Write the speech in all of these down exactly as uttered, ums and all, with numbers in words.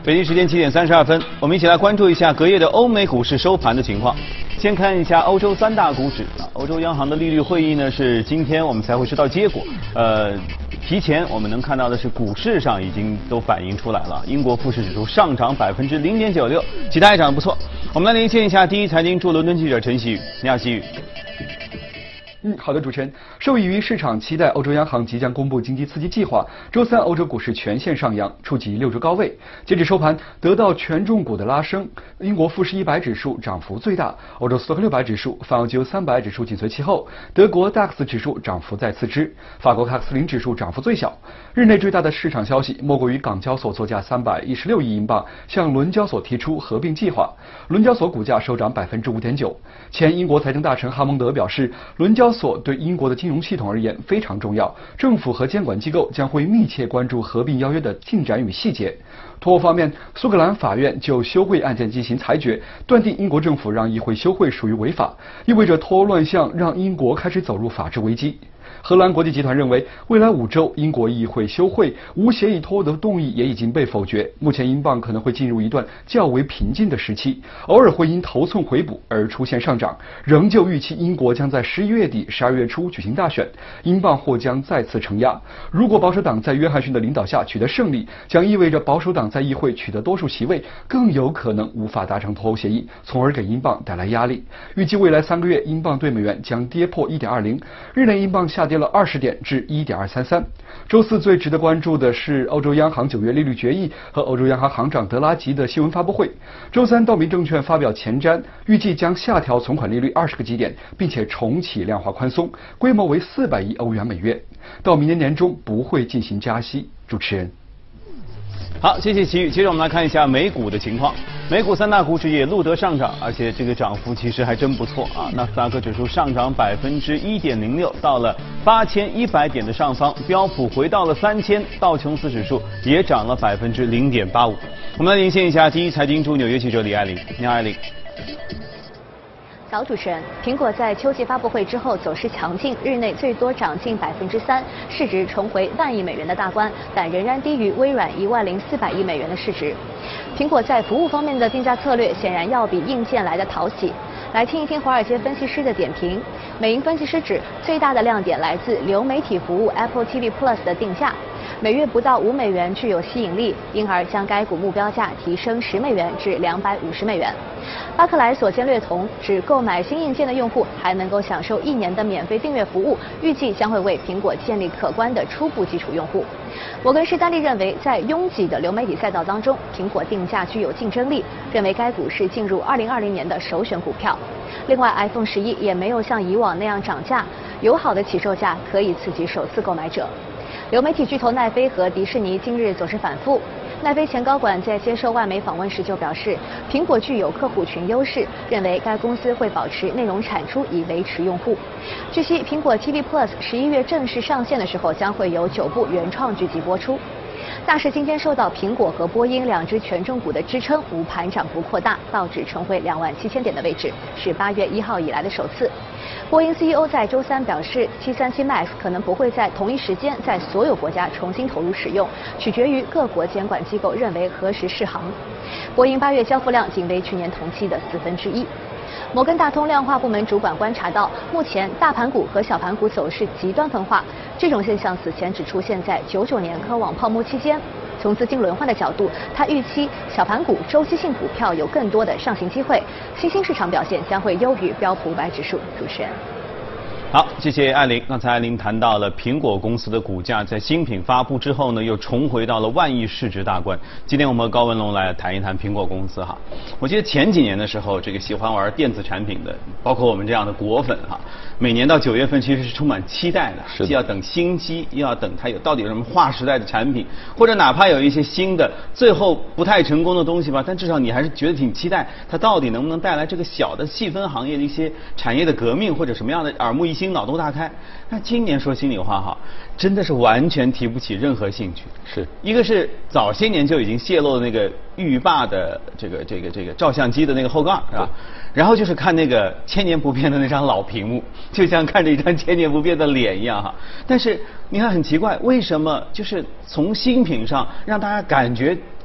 北京时间七点三十二分，我们一起来关注一下隔夜的欧美股市收盘的情况。先看一下欧洲三大股指啊，欧洲央行的利率会议呢是今天我们才会知道结果。呃，提前我们能看到的是股市上已经都反映出来了，英国富时指数上涨百分之零点九六，其他也涨得不错。我们来连线一下第一财经驻伦敦记者陈曦宇，你好，曦宇。 嗯，好的，主持人。受益于市场期待欧洲央行即将公布经济刺激计划，周三欧洲股市全线上扬，触及六周高位。截至收盘，得到权重股的拉升，英国富时一百指数涨幅最大，欧洲斯托克六百指数、泛欧几欧三百指数紧随其后，德国 D A X 指数涨幅在次之，法国 C A C 四零指数涨幅最小。日内最大的市场消息莫过于港交所作价三百一十六亿英镑向伦交所提出合并计划，伦交所股价收涨百分之五点九。前英国财政大臣哈蒙德表示，伦交所对英国的金融系统而言非常重要，政府和监管机构将会密切关注合并邀约的进展与细节。脱欧方面，苏格兰法院就休会案件进行裁决，断定英国政府让议会休会属于违法，意味着脱欧乱象让英国开始走入法治危机。荷兰国际集团认为，未来五周英国议会休会，无协议脱欧的动议也已经被否决。目前英镑可能会进入一段较为平静的时期，偶尔会因头寸回补而出现上涨。仍旧预期英国将在十一月底、十二月初举行大选，英镑或将再次承压。如果保守党在约翰逊的领导下取得胜利，将意味着保守党在议会取得多数席位，更有可能无法达成脱欧协议，从而给英镑带来压力。预计未来三个月英镑对美元将跌破一点二零，日内英镑下跌了二十点至一点二三三。周四最值得关注的是欧洲央行九月利率决议和欧洲央行行长德拉吉的新闻发布会。周三，道明证券发表前瞻，预计将下调存款利率二十个基点，并且重启量化宽松，规模为四百亿欧元每月。到明年年中不会进行加息。主持人。 好，谢谢齐宇。接着我们来看一下美股的情况。美股三大股指也录得上涨，而且这个涨幅其实还真不错啊。纳斯达克指数上涨百分之一点零六，到了八千一百点的上方；标普回到了三千，道琼斯指数也涨了百分之零点八五。我们来连线一下第一财经驻纽约记者李爱玲。你好，爱玲。 早，主持人，苹果在秋季发布会之后走势强劲，日内最多涨近百分之三，市值重回万亿美元的大关，但仍然低于微软一万零四百亿美元的市值。苹果在服务方面的定价策略显然要比硬件来的讨喜。来听一听华尔街分析师的点评。美银分析师指，最大的亮点来自流媒体服务 Apple T V Plus 的定价。每月不到五美元具有吸引力，因而将该股目标价提升十美元至两百五十美元。巴克莱所见略同，指购买新硬件的用户还能够享受一年的免费订阅服务，预计将会为苹果建立可观的初步基础用户。摩根士丹利认为，在拥挤的流媒体赛道当中，苹果定价具有竞争力，认为该股是进入二零二零年的首选股票。另外 ，iPhone 十一也没有像以往那样涨价，友好的起售价可以刺激首次购买者。流媒体巨头奈飞和迪士尼近日走势反复。奈飞前高管在接受外媒访问时就表示，苹果具有客户群优势，认为该公司会保持内容产出以维持用户。据悉，苹果 T V Plus 十一月正式上线的时候，将会有九部原创剧集播出。大市今天受到苹果和波音两只权重股的支撑，午盘涨幅扩大，道指重回两万七千点的位置，是八月一号以来的首次。波音 C E O 在周三表示，七三七 MAX 可能不会在同一时间在所有国家重新投入使用，取决于各国监管机构认为何时适航。波音八月交付量仅为去年同期的四分之一。摩根大通量化部门主管观察到，目前大盘股和小盘股走势极端分化，这种现象此前只出现在九九年科网泡沫期间。从资金轮换的角度，他预期小盘股、周期性股票有更多的上行机会，新兴市场表现将会优于标普五百指数。主持人。 好，谢谢艾琳。刚才艾琳谈到了苹果公司的股价在新品发布之后呢，又重回到了万亿市值大关。今天我们和高文龙来谈一谈苹果公司哈。我记得前几年的时候，这个喜欢玩电子产品的，包括我们这样的果粉哈，每年到九月份其实是充满期待的， 是的既要等新机，又要等它有到底有什么划时代的产品，或者哪怕有一些新的，最后不太成功的东西吧，但至少你还是觉得挺期待，它到底能不能带来这个小的细分行业的一些产业的革命，或者什么样的耳目一新、脑洞大开。那今年说心里话哈，真的是完全提不起任何兴趣。 是一个是早些年就已经泄露的那个浴霸的这个这个这个照相机的那个后盖是吧？然后就是看那个千年不变的那张老屏幕，就像看着一张千年不变的脸一样哈。但是你看很奇怪，为什么就是从新品上让大家感觉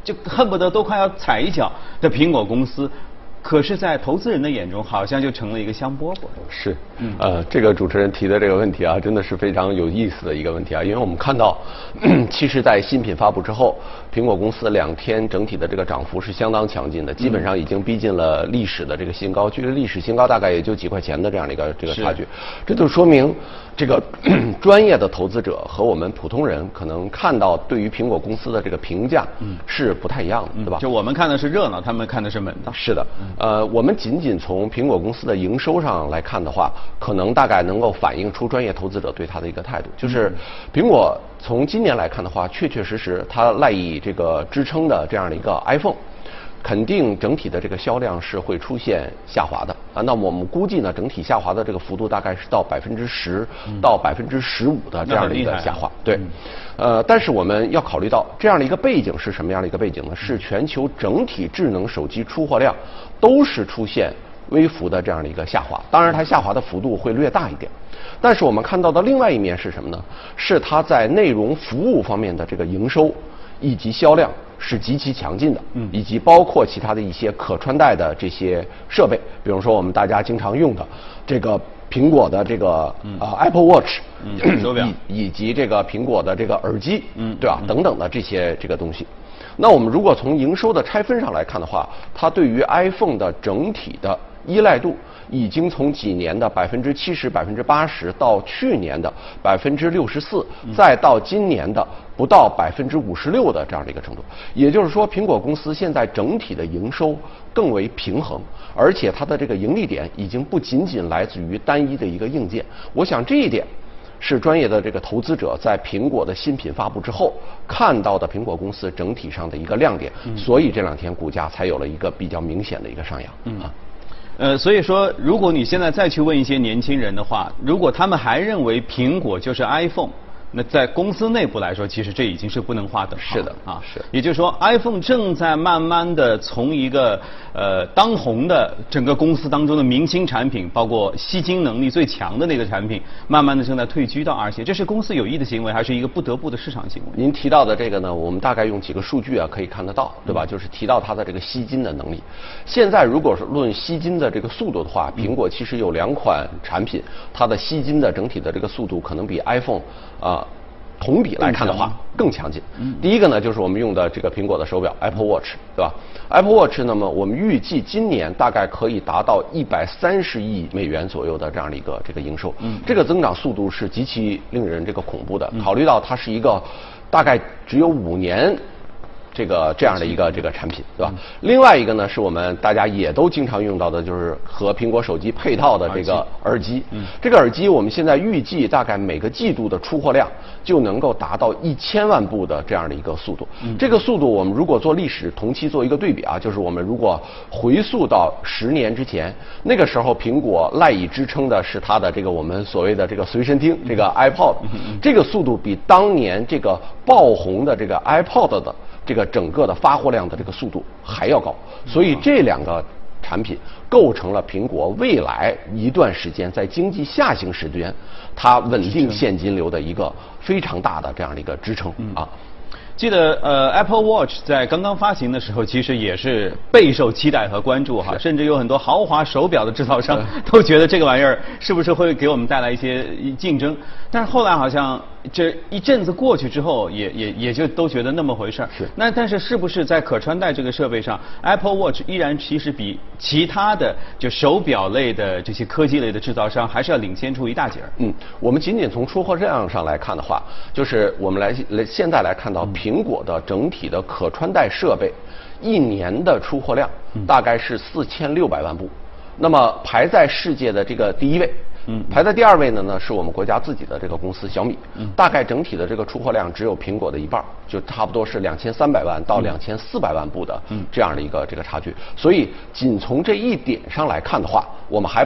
就恨不得都快要踩一脚的苹果公司。可是，在投资人的眼中，好像就成了一个香饽饽。 是，嗯，呃，这个主持人提的这个问题啊，真的是非常有意思的一个问题啊，因为我们看到，其实，在新品发布之后，苹果公司两天整体的这个涨幅是相当强劲的，基本上已经逼近了历史的这个新高，距离历史新高大概也就几块钱的这样的一个这个差距，这就说明这个专业的投资者和我们普通人可能看到对于苹果公司的这个评价，嗯，是不太一样的， 嗯、 对吧？ 就我们看的是热闹，他们看的是门道。 是的。呃，我们仅仅从苹果公司的营收上来看的话，可能大概能够反映出专业投资者对它的一个态度。就是苹果从今年来看的话，确确实实它赖以这个支撑的这样的一个 iPhone， 肯定整体的这个销量是会出现下滑的啊。那么我们估计呢，整体下滑的这个幅度大概是到百分之十到百分之十五的这样的一个下滑。对，呃，但是我们要考虑到这样的一个背景是什么样的一个背景呢？是全球整体智能手机出货量都是出现微幅的这样的一个下滑，当然它下滑的幅度会略大一点。但是我们看到的另外一面是什么呢？是它在内容服务方面的这个营收以及销量是极其强劲的，嗯，以及包括其他的一些可穿戴的这些设备，比如说我们大家经常用的这个苹果的这个、嗯、呃 Apple Watch， 嗯，手表， 以以及这个苹果的这个耳机，嗯，对吧？等等的这些这个东西。那我们如果从营收的拆分上来看的话，它对于 iPhone 的整体的依赖度已经从几年的百分之七十、百分之八十，到去年的百分之六十四，再到今年的不到百分之五十六的这样的一个程度。也就是说，苹果公司现在整体的营收更为平衡，而且它的这个盈利点已经不仅仅来自于单一的一个硬件。我想这一点是专业的这个投资者在苹果的新品发布之后看到的苹果公司整体上的一个亮点，嗯、所以这两天股价才有了一个比较明显的一个上扬。嗯啊， 呃，所以说，如果你现在再去问一些年轻人的话，如果他们还认为苹果就是 iPhone， 那在公司内部来说，其实这已经是不能划等号。 是的啊， 是。 也就是说 ，iPhone 正在慢慢的从一个呃当红的整个公司当中的明星产品，包括吸金能力最强的那个产品，慢慢的正在退居到二线。这是公司有意的行为，还是一个不得不的市场行为？ 您提到的这个呢，我们大概用几个数据啊可以看得到，对吧？嗯、就是提到它的这个吸金的能力。现在如果是论吸金的这个速度的话，苹果其实有两款产品，它的吸金的整体的这个速度可能比 iPhone 啊、呃。同比来看的话更强劲。嗯、第一个呢，就是我们用的这个苹果的手表 Apple Watch， 对吧 ？Apple Watch 那么我们预计今年大概可以达到一百三十亿美元左右的这样的一个这个营收。嗯，这个增长速度是极其令人这个恐怖的。嗯、考虑到它是一个大概只有五年。这个这样的一个这个产品，对吧？嗯、另外一个呢，是我们大家也都经常用到的，就是和苹果手机配套的这个耳机。嗯，这个耳机我们现在预计大概每个季度的出货量就能够达到一千万部的这样的一个速度。嗯，这个速度我们如果做历史同期做一个对比啊，就是我们如果回溯到十年之前，那个时候苹果赖以支撑的是它的这个我们所谓的这个随身听，这个 iPod，、嗯、这个速度比当年这个爆红的这个 iPod 的这个整个的发货量的这个速度还要高，所以这两个产品构成了苹果未来一段时间在经济下行时间它稳定现金流的一个非常大的这样的一个支撑啊。 记得呃 Apple Watch 在刚刚发行的时候，其实也是备受期待和关注哈，甚至有很多豪华手表的制造商都觉得这个玩意儿是不是会给我们带来一些竞争，但是后来好像这一阵子过去之后，也也也就都觉得那么回事儿。 是。 那但是是不是在可穿戴这个设备上 ，Apple Watch 依然其实比其他的就手表类的这些科技类的制造商还是要领先出一大截儿？ 嗯，我们仅仅从出货量上来看的话，就是我们来来现在来看到苹果的整体的可穿戴设备一年的出货量大概是四千六百万部，那么排在世界的这个第一位。嗯，排在第二位的呢是我们国家自己的这个公司小米，嗯，大概整体的这个出货量只有苹果的一半，就差不多是两千三百万到两千四百万部的这样的一个这个差距。所以仅从这一点上来看的话，我们还不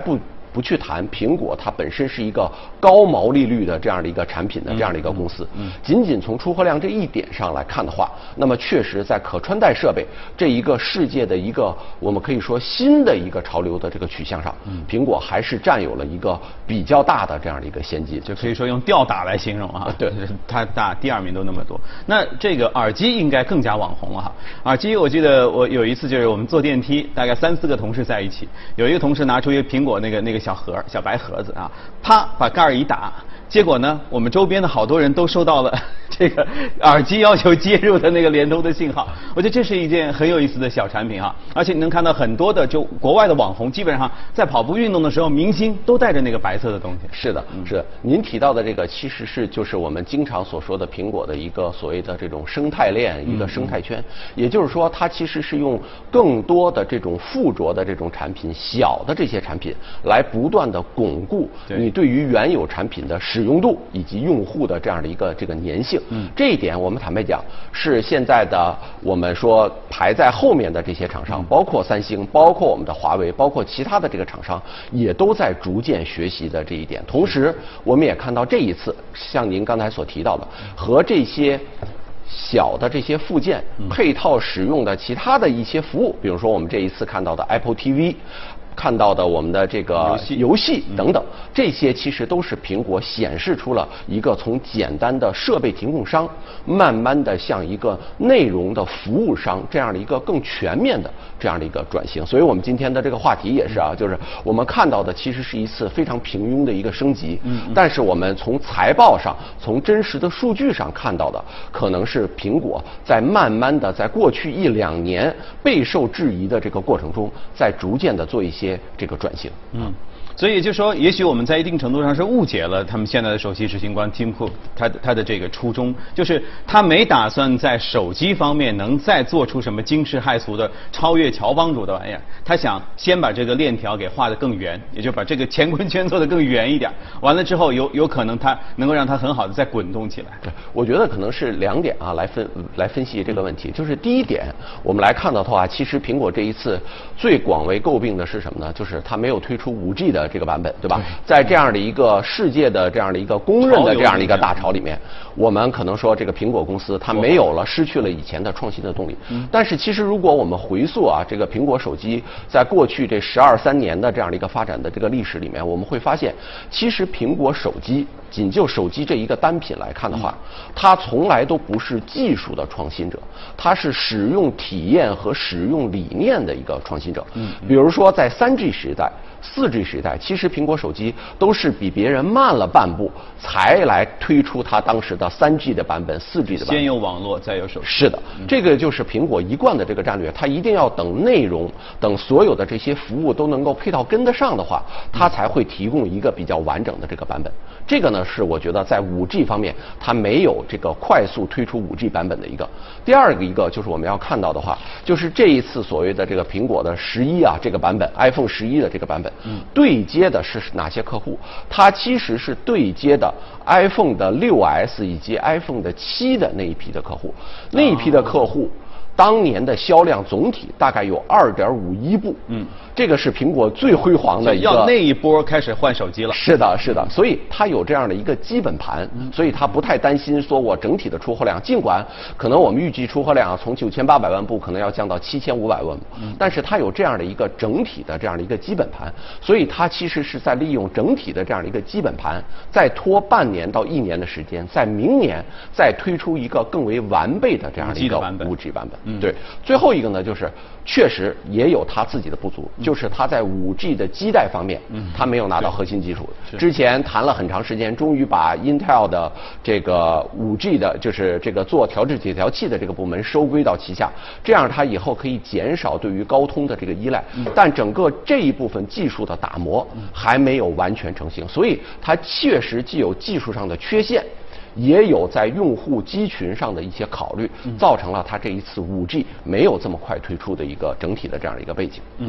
不去谈苹果它本身是一个高毛利率的这样的一个产品的这样的一个公司，嗯嗯、仅仅从出货量这一点上来看的话，那么确实在可穿戴设备这一个世界的一个我们可以说新的一个潮流的这个取向上，嗯、苹果还是占有了一个比较大的这样的一个先机， 就可以说用吊打来形容啊。 对， 它打第二名都那么多。那这个耳机应该更加网红了哈。耳机我记得我有一次就是我们坐电梯，大概三四个同事在一起，有一个同事拿出一个苹果那个那个小盒小白盒子啊，啪把盖儿一打。结果呢，我们周边的好多人都收到了这个耳机要求接入的那个联通的信号。我觉得这是一件很有意思的小产品啊，而且你能看到很多的就国外的网红，基本上在跑步运动的时候，明星都带着那个白色的东西。 是的，是的。您提到的这个其实是就是我们经常所说的苹果的一个所谓的这种生态链，一个生态圈。也就是说，它其实是用更多的这种附着的这种产品，小的这些产品，来不断的巩固你对于原有产品的使。使用度以及用户的这样的一个这个粘性，嗯，这一点我们坦白讲是现在的我们说排在后面的这些厂商，包括三星，包括我们的华为，包括其他的这个厂商，也都在逐渐学习的这一点。同时，我们也看到这一次，像您刚才所提到的，和这些小的这些附件配套使用的其他的一些服务，比如说我们这一次看到的 Apple T V。看到的我们的这个游戏等等，这些其实都是苹果显示出了一个从简单的设备提供商，慢慢的向一个内容的服务商这样的一个更全面的这样的一个转型。所以我们今天的这个话题也是啊，就是我们看到的其实是一次非常平庸的一个升级，但是我们从财报上，从真实的数据上看到的，可能是苹果在慢慢的在过去一两年备受质疑的这个过程中，在逐渐的做一些。些这个转型， 嗯，所以也就是说，也许我们在一定程度上是误解了他们现在的首席执行官 Tim Cook 他的他的这个初衷，就是他没打算在手机方面能再做出什么惊世骇俗的超越乔帮主的玩意儿，他想先把这个链条给画得更圆，也就把这个乾坤圈做得更圆一点，完了之后有有可能他能够让它很好的再滚动起来。 对，我觉得可能是两点啊来分来分析这个问题，就是第一点，我们来看到的话，其实苹果这一次最广为诟病的是什么？就是它没有推出 五 G 的这个版本，对吧？在这样的一个世界的这样的一个公认的这样的一个大潮里面，我们可能说这个苹果公司它没有了，失去了以前的创新的动力。但是其实如果我们回溯啊，这个苹果手机在过去这十二三年的这样的一个发展的这个历史里面，我们会发现，其实苹果手机仅就手机这一个单品来看的话，它从来都不是技术的创新者，它是使用体验和使用理念的一个创新者。嗯，比如说在三 G 时代、四 G 时代，其实苹果手机都是比别人慢了半步，才来推出它当时的三 G 的版本、四 G 的版本。 先有网络，再有手机。 是的，这个就是苹果一贯的这个战略，它一定要等内容、等所有的这些服务都能够配套跟得上的话，它才会提供一个比较完整的这个版本。这个呢，是我觉得在 五 G 方面，它没有这个快速推出 五 G 版本的一个。第二个一个就是我们要看到的话，就是这一次所谓的这个苹果的十一啊这个版本 ，iPhone 十一的这个版本，嗯，对接的是哪些客户？它其实是对接的 iPhone 的六 S 以及 iPhone 的七的那一批的客户，那一批的客户。当年的销量总体大概有 二点五亿部，嗯，这个是苹果最辉煌的一个。 要那一波开始换手机了。 是的，是的，所以它有这样的一个基本盘，所以它不太担心说我整体的出货量，尽管可能我们预计出货量从九千八百万部可能要降到七千五百万部，但是它有这样的一个整体的这样的一个基本盘，所以它其实是在利用整体的这样的一个基本盘，再拖半年到一年的时间，在明年再推出一个更为完备的这样的一个 五 G 版本。嗯，对，最后一个呢，就是确实也有它自己的不足，嗯、就是它在 五 G 的基带方面，嗯，它没有拿到核心技术。之前谈了很长时间，终于把 Intel 的这个 五 G 的，就是这个做调制解调器的这个部门收归到旗下，这样它以后可以减少对于高通的这个依赖。嗯、但整个这一部分技术的打磨还没有完全成型，所以它确实既有技术上的缺陷。也有在用户基群上的一些考虑，造成了它这一次 五 G 没有这么快推出的一个整体的这样的一个背景。 嗯，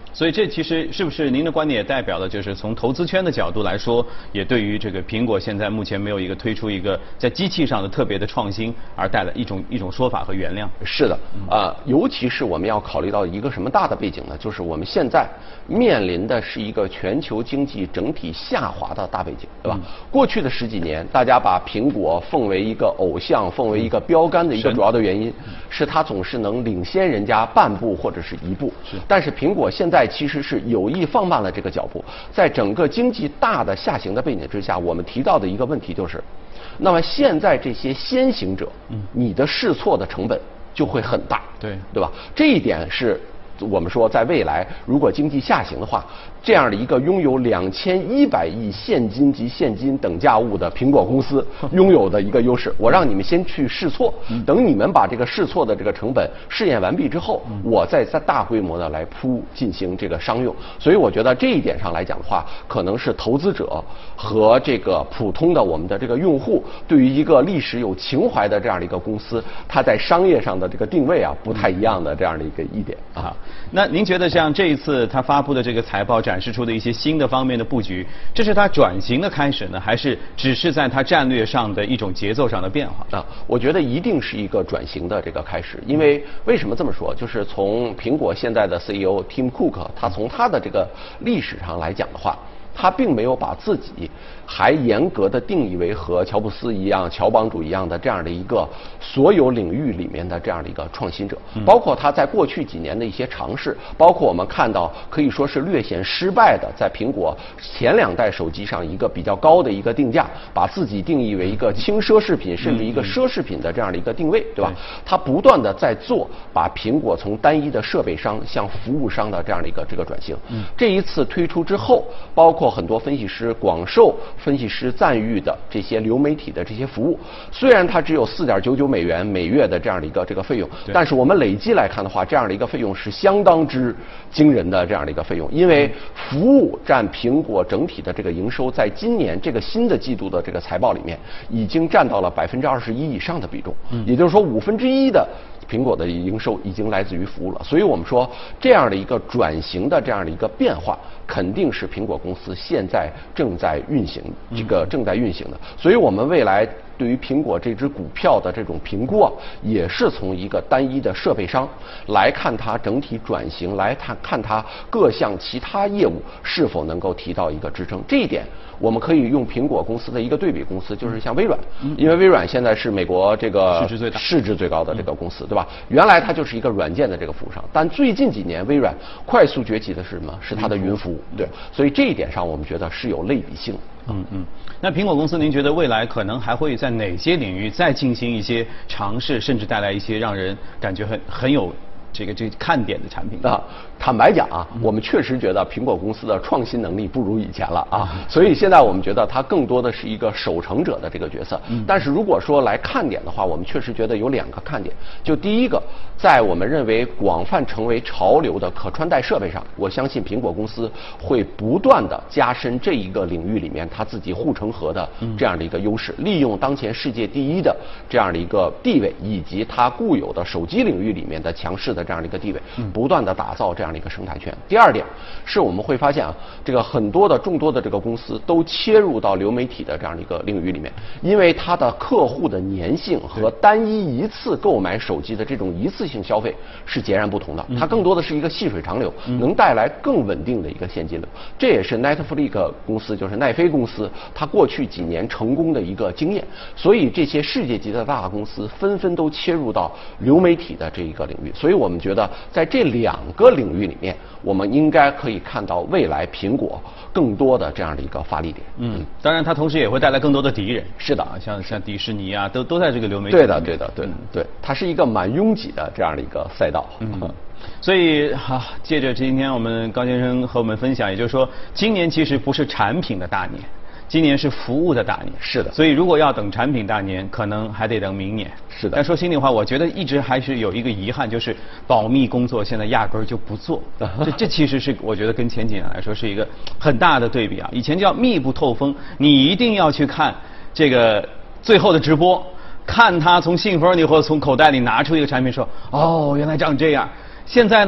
所以这其实是不是您的观点也代表了，就是从投资圈的角度来说，也对于这个苹果现在目前没有一个推出一个在机器上的特别的创新，而带来一种一种说法和原谅。 是的，啊、呃，尤其是我们要考虑到一个什么大的背景呢？就是我们现在面临的是一个全球经济整体下滑的大背景，对吧？嗯、过去的十几年，大家把苹果奉为一个偶像，奉为一个标杆的一个主要的原因，是它总是能领先人家半步或者是一步。是，但是苹果现在其实是有意放慢了这个脚步，在整个经济大的下行的背景之下，我们提到的一个问题就是，那么现在这些先行者，嗯，你的试错的成本就会很大， 对对吧？这一点是我们说，在未来如果经济下行的话，这样的一个拥有两千一百亿现金及现金等价物的苹果公司拥有的一个优势。我让你们先去试错，等你们把这个试错的这个成本试验完毕之后，我再再大规模的来铺进行这个商用。所以我觉得这一点上来讲的话，可能是投资者和这个普通的我们的这个用户，对于一个历史有情怀的这样的一个公司，它在商业上的这个定位啊不太一样的这样的一个一点啊。 那您觉得像这一次他发布的这个财报展示出的一些新的方面的布局，这是他转型的开始呢，还是只是在他战略上的一种节奏上的变化？ 啊，我觉得一定是一个转型的这个开始。因为为什么这么说？就是从苹果现在的 C E O Tim Cook， 他从他的这个历史上来讲的话，他并没有把自己还严格的定义为和乔布斯一样、乔帮主一样的这样的一个所有领域里面的这样的一个创新者。包括他在过去几年的一些尝试，包括我们看到可以说是略显失败的，在苹果前两代手机上一个比较高的一个定价，把自己定义为一个轻奢侈品甚至一个奢侈品的这样的一个定位，对吧？他不断的在做，把苹果从单一的设备商向服务商的这样的一个这个转型。这一次推出之后，包括很多分析师广受分析师赞誉的这些流媒体的这些服务，虽然它只有四点九九美元每月的这样的一个这个费用，但是我们累计来看的话，这样的一个费用是相当之惊人的这样的一个费用。因为服务占苹果整体的这个营收，在今年这个新的季度的这个财报里面，已经占到了百分之二十一以上的比重，也就是说五分之一的苹果的营收已经来自于服务了。所以我们说这样的一个转型的这样的一个变化，肯定是苹果公司现在正在运行，这个正在运行的。所以我们未来对于苹果这只股票的这种评估啊，也是从一个单一的设备商来看它整体转型，来看看它各项其他业务是否能够提到一个支撑。这一点我们可以用苹果公司的一个对比公司，就是像微软，因为微软现在是美国这个市值最大、 市值最高的这个公司，对吧？原来它就是一个软件的这个服务商，但最近几年微软快速崛起的是什么？是它的云服务，对。所以这一点上，我们觉得是有类比性的。 嗯嗯。那苹果公司，您觉得未来可能还会在哪些领域再进行一些尝试，甚至带来一些让人感觉很很有这个这个看点的产品啊？坦白讲啊，我们确实觉得苹果公司的创新能力不如以前了啊，所以现在我们觉得它更多的是一个守成者的这个角色。但是如果说来看点的话，我们确实觉得有两个看点。就第一个，在我们认为广泛成为潮流的可穿戴设备上，我相信苹果公司会不断的加深这一个领域里面它自己护城河的这样的一个优势，利用当前世界第一的这样的一个地位，以及它固有的手机领域里面的强势的这样的一个地位，不断的打造这样。这样的一个生态圈。第二点是我们会发现啊，这个很多的众多的这个公司都切入到流媒体的这样的一个领域里面，因为它的客户的粘性和单一一次购买手机的这种一次性消费是截然不同的，它更多的是一个细水长流，能带来更稳定的一个现金流。这也是 Netflix 公司，就是奈飞公司，它过去几年成功的一个经验。所以这些世界级的大公司纷纷都切入到流媒体的这一个领域。所以我们觉得在这两个领域里面，我们应该可以看到未来苹果更多的这样的一个发力点。 嗯，当然它同时也会带来更多的敌人。 是的， 像像迪士尼啊，都都在这个流媒体。 对的，对的，对的，对，它是一个蛮拥挤的这样的一个赛道。 嗯。所以哈，借着今天我们高先生和我们分享，也就是说，今年其实不是产品的大年，今年是服务的大年。 是的。 所以如果要等产品大年，可能还得等明年。 是的。 但说心里话，我觉得一直还是有一个遗憾，就是保密工作现在压根儿就不做。这这其实是我觉得跟前几年来说是一个很大的对比啊。以前叫密不透风，你一定要去看这个最后的直播，看他从信封里或者从口袋里拿出一个产品说，哦，原来长这样。现在呢，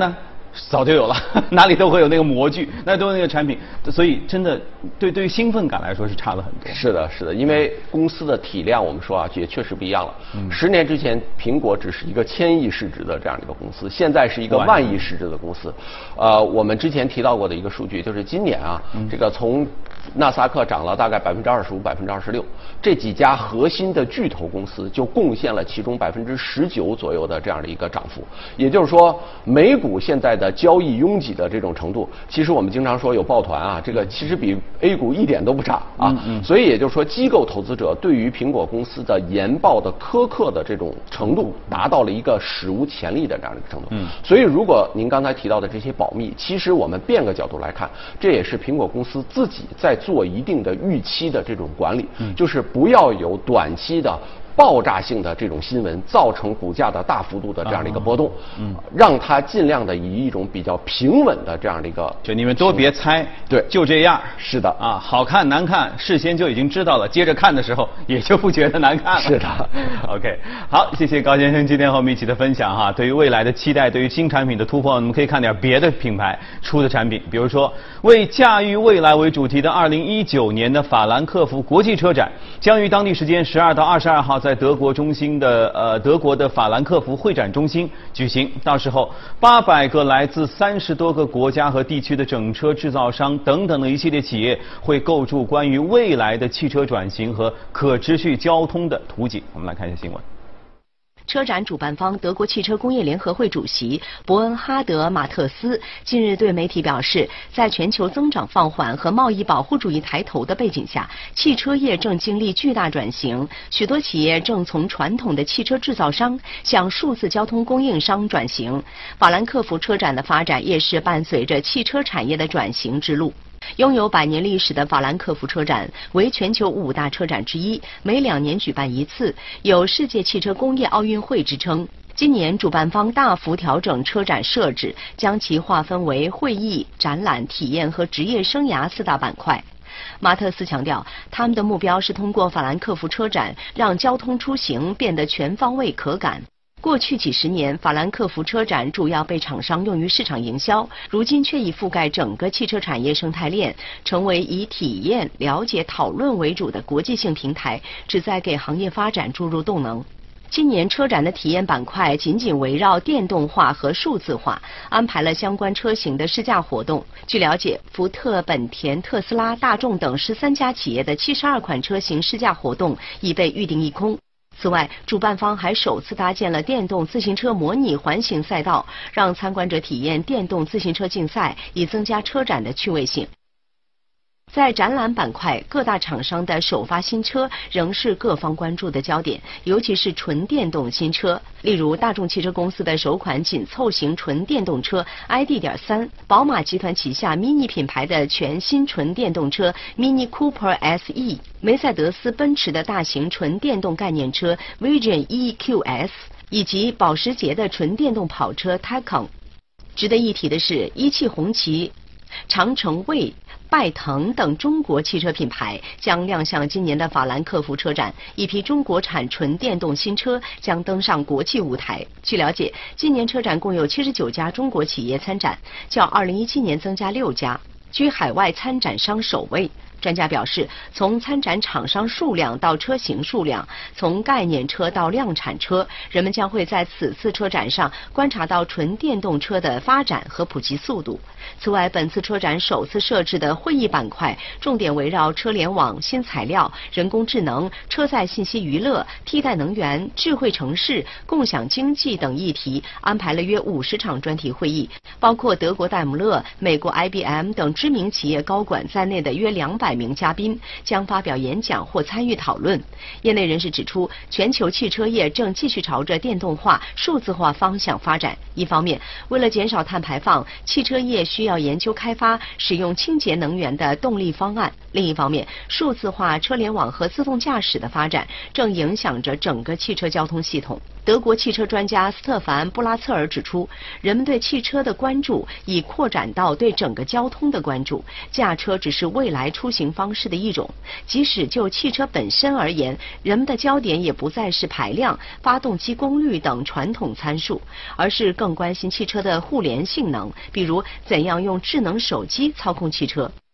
早就有了，哪里都会有那个模具，那都有那个产品，所以真的对对于兴奋感来说是差了很多。 是的，是的，因为公司的体量我们说啊也确实不一样了。嗯、十年之前，苹果只是一个千亿市值的这样的一个公司，现在是一个万亿市值的公司。呃，我们之前提到过的一个数据就是今年啊，嗯、这个从纳斯达克涨了大概百分之二十五、百分之二十六，这几家核心的巨头公司就贡献了其中百分之十九左右的这样的一个涨幅。也就是说，美股现在的交易拥挤的这种程度，其实我们经常说有抱团啊，这个其实比 A 股一点都不差啊。嗯嗯、所以也就是说，机构投资者对于苹果公司的研报的苛刻的这种程度，达到了一个史无前例的这样的一个程度。嗯、所以，如果您刚才提到的这些保密，其实我们变个角度来看，这也是苹果公司自己在做一定的预期的这种管理，嗯、就是不要有短期的爆炸性的这种新闻造成股价的大幅度的这样的一个波动，嗯，让它尽量的以一种比较平稳的这样的一个， 就你们多别猜， 对， 就这样， 是的啊，好看难看事先就已经知道了，接着看的时候也就不觉得难看了， 是的 ，OK， 好，谢谢高先生今天和我们一起的分享哈，对于未来的期待，对于新产品的突破，我们可以看点别的品牌出的产品，比如说为驾驭未来为主题的二零一九年的法兰克福国际车展，将于当地时间十二到二十二号在德国中心的呃德国的法兰克福会展中心举行，到时候八百个来自三十多个国家和地区的整车制造商等等的一系列企业会构筑关于未来的汽车转型和可持续交通的图景。我们来看一下新闻。 车展主办方德国汽车工业联合会主席伯恩哈德·马特斯近日对媒体表示，在全球增长放缓和贸易保护主义抬头的背景下，汽车业正经历巨大转型，许多企业正从传统的汽车制造商向数字交通供应商转型。法兰克福车展的发展也是伴随着汽车产业的转型之路。拥有百年历史的法兰克福车展为全球五大车展之一，每两年举办一次，有世界汽车工业奥运会之称。今年主办方大幅调整车展设置，将其划分为会议、展览、体验和职业生涯四大板块。马特斯强调，他们的目标是通过法兰克福车展让交通出行变得全方位可感。过去几十年，法兰克福车展主要被厂商用于市场营销，如今却已覆盖整个汽车产业生态链，成为以体验、了解、讨论为主的国际性平台，旨在给行业发展注入动能。今年车展的体验板块紧紧围绕电动化和数字化，安排了相关车型的试驾活动。据了解，福特、本田、特斯拉、大众等十三家企业的七十二款车型试驾活动已被预定一空。此外，主办方还首次搭建了电动自行车模拟环形赛道，让参观者体验电动自行车竞赛，以增加车展的趣味性。在展览板块，各大厂商的首发新车仍是各方关注的焦点，尤其是纯电动新车。例如，大众汽车公司的首款紧凑型纯电动车 I D 点三，宝马集团旗下 Mini 品牌的全新纯电动车 Mini Cooper S E， 梅赛德斯奔驰的大型纯电动概念车 Vision E Q S， 以及保时捷的纯电动跑车 Taycan。值得一提的是，一汽红旗、长城卫、拜腾等中国汽车品牌将亮相今年的法兰克福车展，一批中国产纯电动新车将登上国际舞台。据了解，今年车展共有七十九家中国企业参展，较二零一七年增加六家，居海外参展商首位。专家表示，从参展厂商数量到车型数量，从概念车到量产车，人们将会在此次车展上观察到纯电动车的发展和普及速度。此外，本次车展首次设置的会议板块，重点围绕车联网、新材料、人工智能、车载信息娱乐、替代能源、智慧城市、共享经济等议题，安排了约五十场专题会议，包括德国戴姆勒、美国 I B M 等知名企业高管在内的约两百名嘉宾将发表演讲或参与讨论。业内人士指出，全球汽车业正继续朝着电动化、数字化方向发展。一方面，为了减少碳排放，汽车业需要研究开发使用清洁能源的动力方案；另一方面，数字化、车联网和自动驾驶的发展正影响着整个汽车交通系统。德国汽车专家斯特凡·布拉策尔指出，人们对汽车的关注已扩展到对整个交通的关注，驾车只是未来出行行方式的一种。即使就汽车本身而言，人们的焦点也不再是排量、发动机功率等传统参数，而是更关心汽车的互联性能，比如怎样用智能手机操控汽车。